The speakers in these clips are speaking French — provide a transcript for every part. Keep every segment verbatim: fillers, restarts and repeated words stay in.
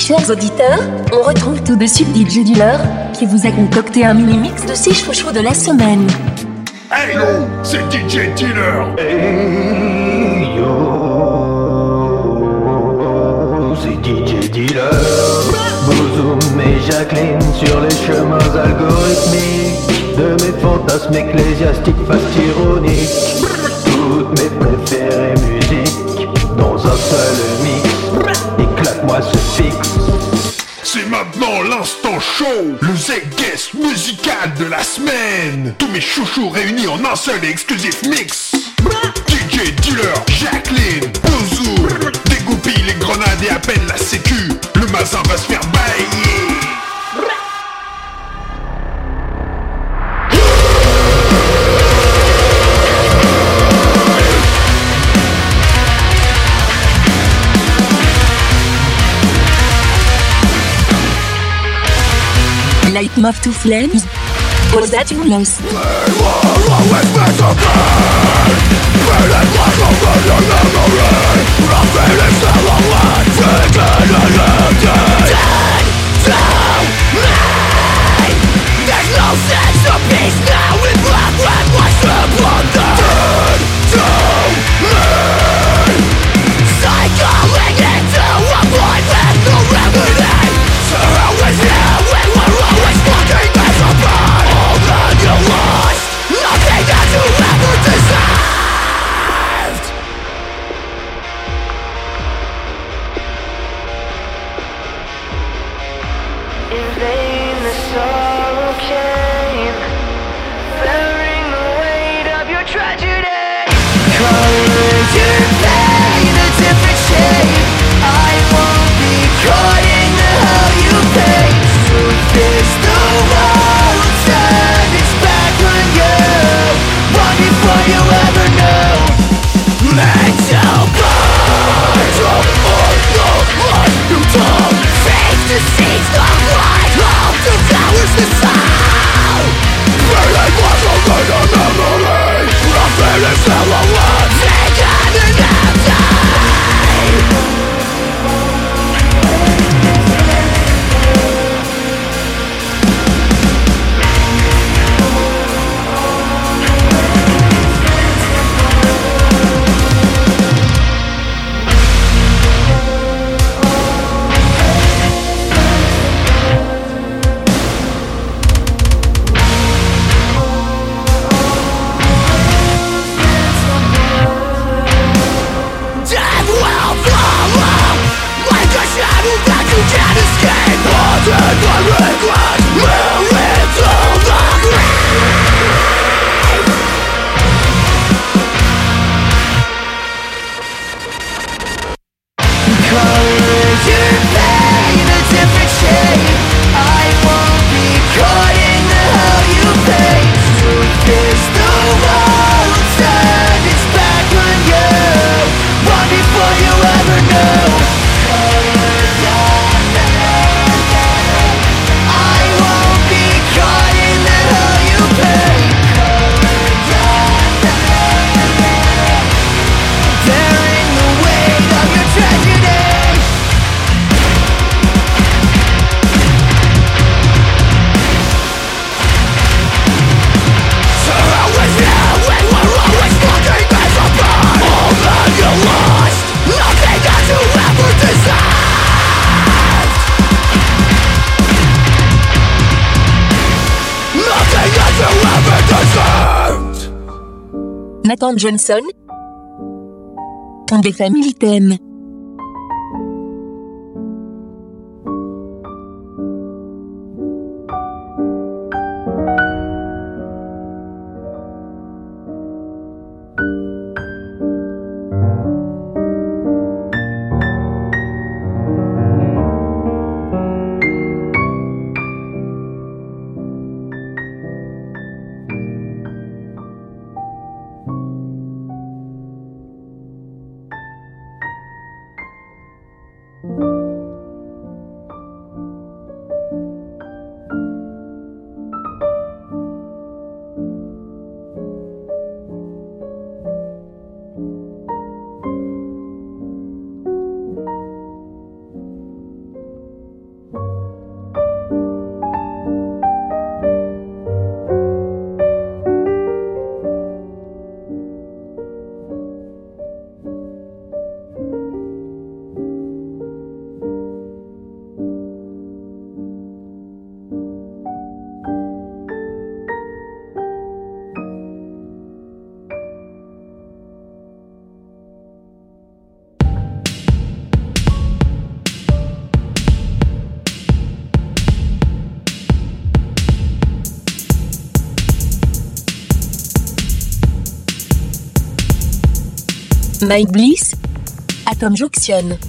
Chers auditeurs, on retrouve tout de suite D J Dealer, qui vous a concocté un mini-mix de six chouchous de la semaine. Hey yo, c'est D J Dealer. Hey yo, c'est D J Dealer. Bozoum et Jacqueline sur les chemins algorithmiques de mes fantasmes ecclésiastiques fast ironiques. Toutes mes préférées musiques dans un seul mix. Éclate-moi ce fixe. C'est maintenant l'instant show, le Z-Guest musical de la semaine. Tous mes chouchous réunis en un seul et exclusif mix. D J Dealer, Jacqueline, Bouzou, dégoupille les grenades et appelle la sécu. Le mazin va se faire bailler. Light moth to flames. Was that you lost? There's no sense of peace now in black red was the blunder. Dead to me, cycling into a void with no remedy. So who is here when we're always fucking miserable? All that you lost, nothing that you ever deserved. In vain the sorrow came, bearing the weight of your tragedy. Coloring your pain a different shade. I won't be caught in the hell you paint. Truth is the world turned its back on you, one before you ever knew. Mental control of your life you took. Faith deceives the light, hope devours the soul. Feeling was a greater memory. Nothing is still alive. Taken and empty. Death will follow, like a shadow that you can't escape. Haunted by regret, married to the grave. Coloring your pain a different shade. I won't be caught in the hell you paint. Truth is the world turned its back on you, one before you ever knew. I won't be caught in the hell you paint. Bearing the weight of your tragedy. So how was you when we're always fucking miserable? All that you lost, nothing that you ever deserved. Nothing that you ever deserved. Nathan Johnson. Ton des familles t'aime. Mike Bliss, Atom Junction.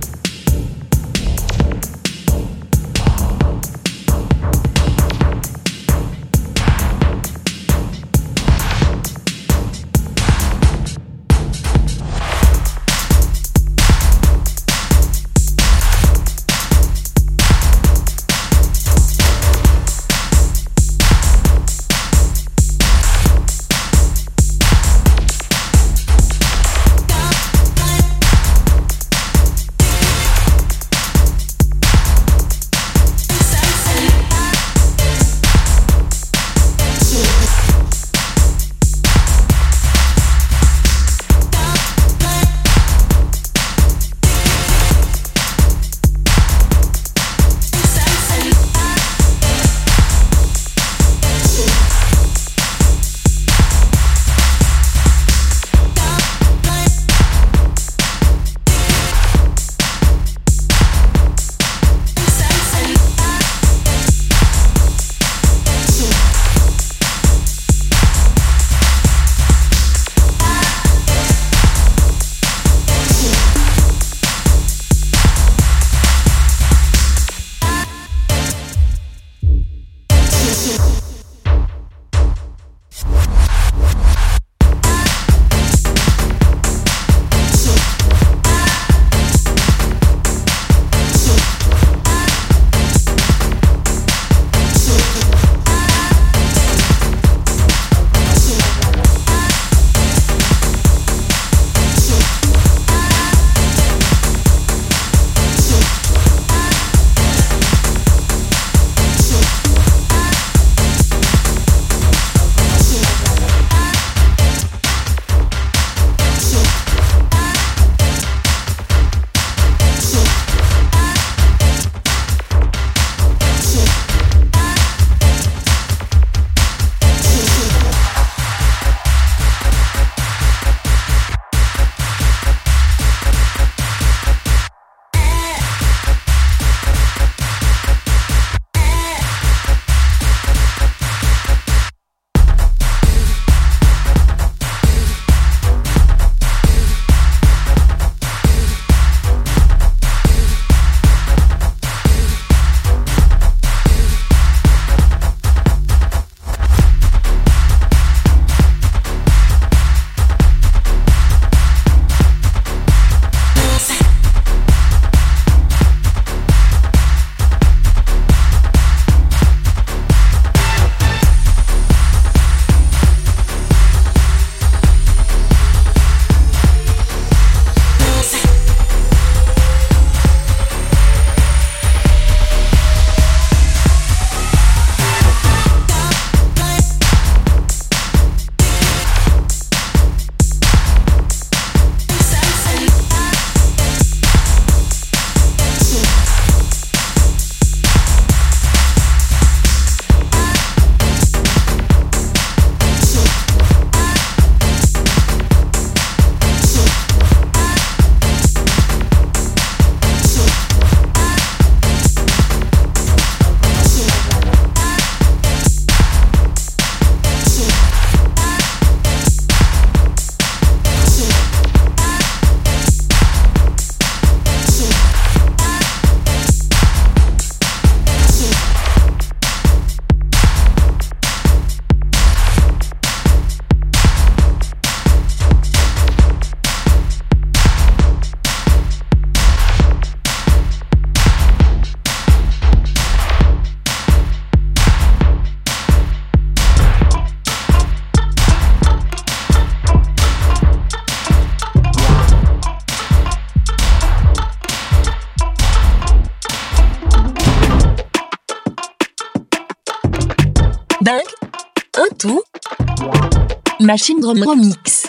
Dingue, un tout, Machine Drum Remix.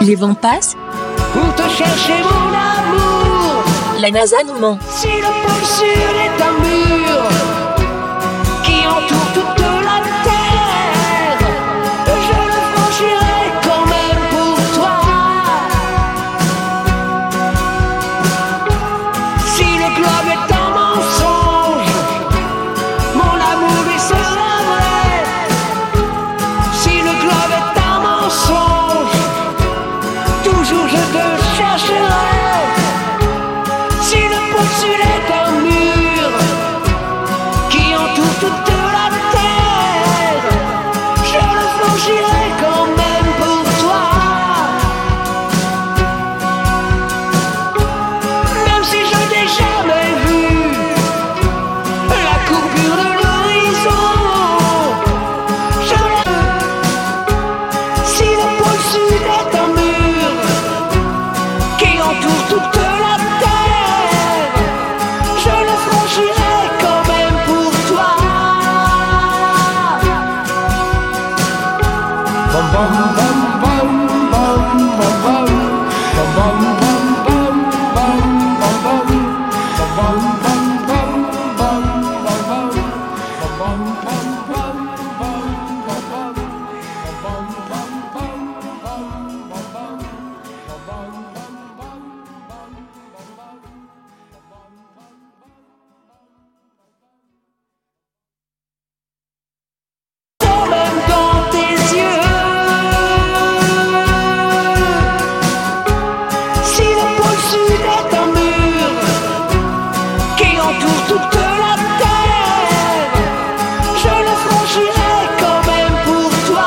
Les vents passent, pour te chercher mon amour. la NASA nous ment. Si le pôle sud est un mur qui entoure toute la terre, je le franchirai quand même pour toi. Si le globe est un mensonge, mon amour lui sera vrai. Si le globe est un mensonge, toujours je te chercherai. Si le pôle sud est un mur qui entoure toute la terre, je le franchirai quand même pour toi. Même si je n'ai jamais vu la courbure de l'horizon, je le... Si le pôle sud est un mur qui entoure toute la terre, je le franchirai quand même pour toi. Bam bam bam bam bam bam bam. Bam bam bam bam bam bam bam. Bam bam bam bam bam bam. Bam bam bam bam bam bam. Bam bam bam bam bam bam. Bam quand même dans tes yeux. Si le pôle sud est un mur qui entoure toute la terre, je le franchirai quand même pour toi.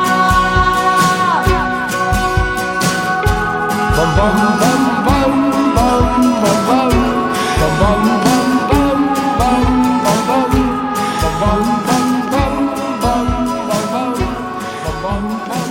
Bam bam bam bam bam bam bam. Bam bam bam bam bam bam bam. Bam bam bam bam bam bam bam. Bam bam bam